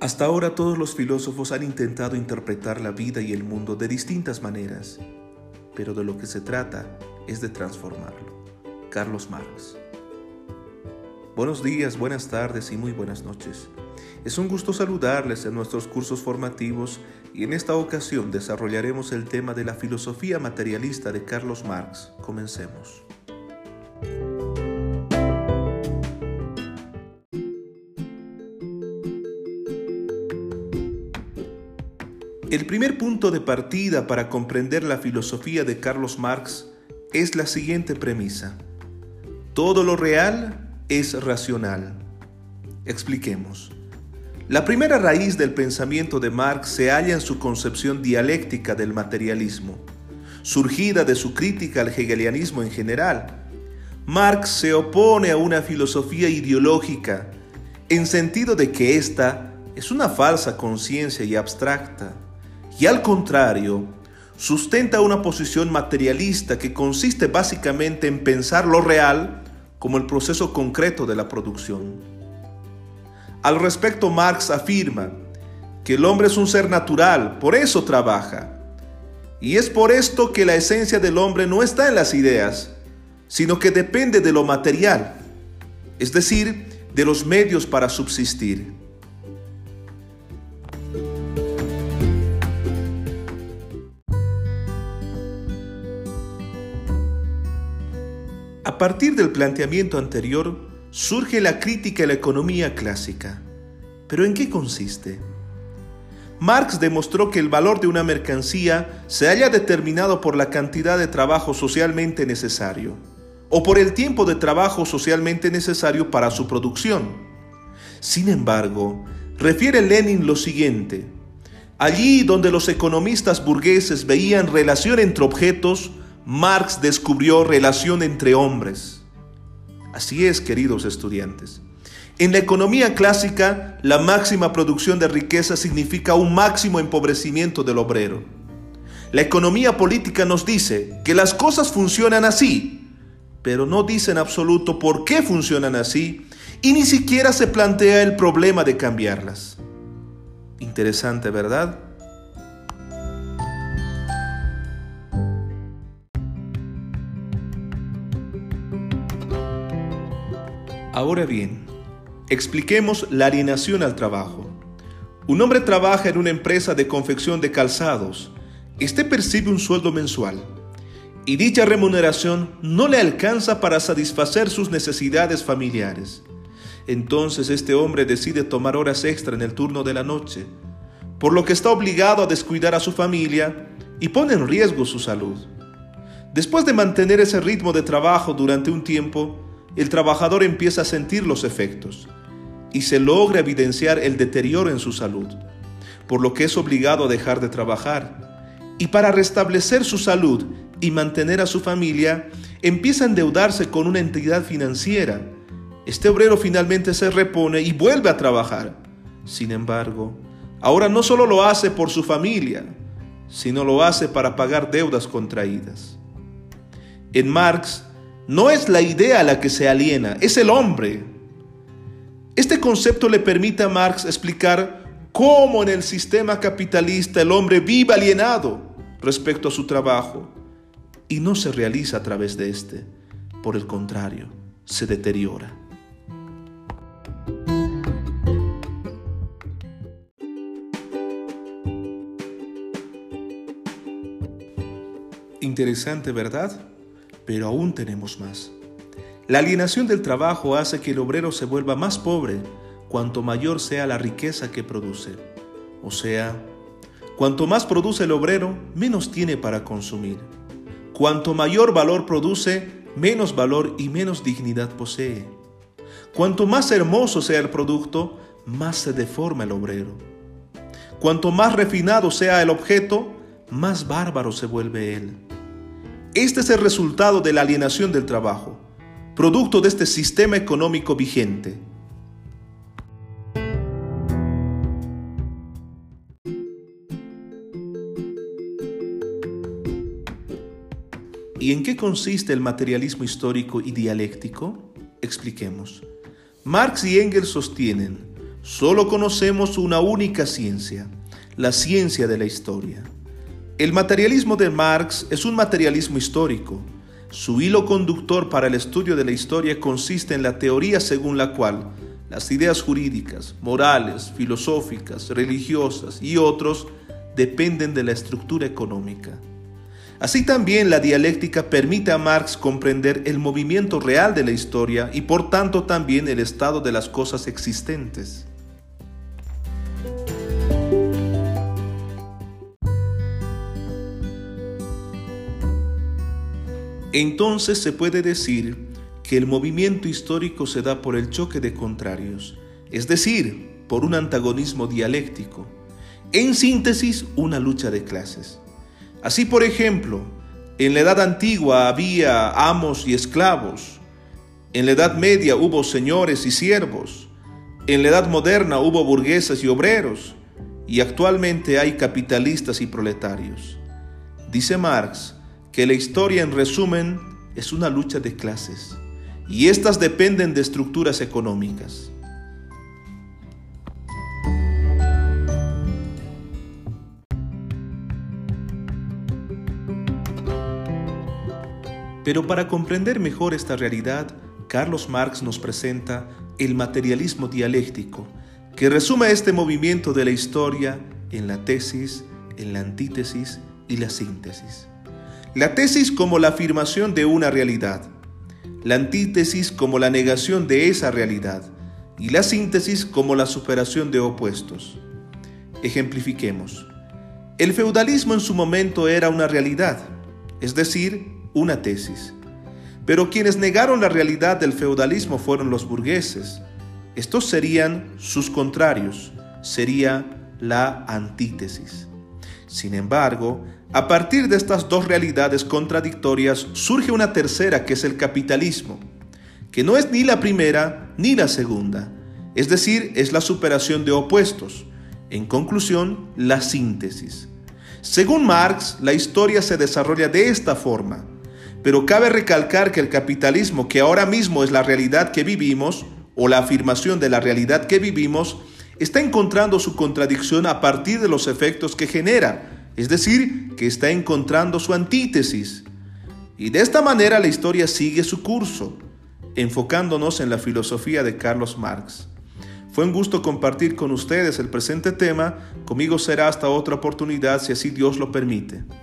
Hasta ahora todos los filósofos han intentado interpretar la vida y el mundo de distintas maneras, pero de lo que se trata es de transformarlo. Carlos Marx. Buenos días, buenas tardes y muy buenas noches. Es un gusto saludarles en nuestros cursos formativos y en esta ocasión desarrollaremos el tema de la filosofía materialista de Carlos Marx. Comencemos. El primer punto de partida para comprender la filosofía de Carlos Marx es la siguiente premisa: todo lo real es racional. Expliquemos. La primera raíz del pensamiento de Marx se halla en su concepción dialéctica del materialismo, surgida de su crítica al hegelianismo en general. Marx se opone a una filosofía ideológica, en sentido de que ésta es una falsa conciencia y abstracta, y al contrario, sustenta una posición materialista que consiste básicamente en pensar lo real como el proceso concreto de la producción. Al respecto, Marx afirma que el hombre es un ser natural, por eso trabaja. Y es por esto que la esencia del hombre no está en las ideas, sino que depende de lo material, es decir, de los medios para subsistir. A partir del planteamiento anterior, surge la crítica a la economía clásica. ¿Pero en qué consiste? Marx demostró que el valor de una mercancía se halla determinado por la cantidad de trabajo socialmente necesario, o por el tiempo de trabajo socialmente necesario para su producción. Sin embargo, refiere Lenin lo siguiente: allí donde los economistas burgueses veían relación entre objetos, Marx descubrió relación entre hombres. Así es, queridos estudiantes. En la economía clásica, la máxima producción de riqueza significa un máximo empobrecimiento del obrero. La economía política nos dice que las cosas funcionan así, pero no dice en absoluto por qué funcionan así y ni siquiera se plantea el problema de cambiarlas. Interesante, ¿verdad? Ahora bien, expliquemos la alienación al trabajo. Un hombre trabaja en una empresa de confección de calzados. Este percibe un sueldo mensual y dicha remuneración no le alcanza para satisfacer sus necesidades familiares. Entonces este hombre decide tomar horas extra en el turno de la noche, por lo que está obligado a descuidar a su familia y pone en riesgo su salud. Después de mantener ese ritmo de trabajo durante un tiempo, el trabajador empieza a sentir los efectos y se logra evidenciar el deterioro en su salud, por lo que es obligado a dejar de trabajar. Y para restablecer su salud y mantener a su familia, empieza a endeudarse con una entidad financiera. Este obrero finalmente se repone y vuelve a trabajar. Sin embargo, ahora no solo lo hace por su familia, sino lo hace para pagar deudas contraídas. En Marx, no es la idea la que se aliena, es el hombre. Este concepto le permite a Marx explicar cómo en el sistema capitalista el hombre vive alienado respecto a su trabajo y no se realiza a través de este. Por el contrario, se deteriora. Interesante, ¿verdad? Pero aún tenemos más. La alienación del trabajo hace que el obrero se vuelva más pobre cuanto mayor sea la riqueza que produce. O sea, cuanto más produce el obrero, menos tiene para consumir. Cuanto mayor valor produce, menos valor y menos dignidad posee. Cuanto más hermoso sea el producto, más se deforma el obrero. Cuanto más refinado sea el objeto, más bárbaro se vuelve él. Este es el resultado de la alienación del trabajo, producto de este sistema económico vigente. ¿Y en qué consiste el materialismo histórico y dialéctico? Expliquemos. Marx y Engels sostienen: solo conocemos una única ciencia, la ciencia de la historia. El materialismo de Marx es un materialismo histórico. Su hilo conductor para el estudio de la historia consiste en la teoría según la cual las ideas jurídicas, morales, filosóficas, religiosas y otros dependen de la estructura económica. Así también la dialéctica permite a Marx comprender el movimiento real de la historia y por tanto también el estado de las cosas existentes. Entonces se puede decir que el movimiento histórico se da por el choque de contrarios, es decir, por un antagonismo dialéctico. En síntesis, una lucha de clases. Así, por ejemplo, en la Edad Antigua había amos y esclavos, en la Edad Media hubo señores y siervos, en la Edad Moderna hubo burgueses y obreros, y actualmente hay capitalistas y proletarios. Dice Marx que la historia, en resumen, es una lucha de clases, y éstas dependen de estructuras económicas. Pero para comprender mejor esta realidad, Carlos Marx nos presenta el materialismo dialéctico, que resume este movimiento de la historia en la tesis, en la antítesis y la síntesis. La tesis como la afirmación de una realidad, la antítesis como la negación de esa realidad y la síntesis como la superación de opuestos. Ejemplifiquemos. El feudalismo en su momento era una realidad, es decir, una tesis. Pero quienes negaron la realidad del feudalismo fueron los burgueses. Estos serían sus contrarios, sería la antítesis. Sin embargo, a partir de estas dos realidades contradictorias surge una tercera, que es el capitalismo, que no es ni la primera ni la segunda, es decir, es la superación de opuestos. En conclusión, la síntesis. Según Marx, la historia se desarrolla de esta forma, pero cabe recalcar que el capitalismo, que ahora mismo es la realidad que vivimos, o la afirmación de la realidad que vivimos, está encontrando su contradicción a partir de los efectos que genera, es decir, que está encontrando su antítesis. Y de esta manera la historia sigue su curso, enfocándonos en la filosofía de Carlos Marx. Fue un gusto compartir con ustedes el presente tema. Conmigo será hasta otra oportunidad, si así Dios lo permite.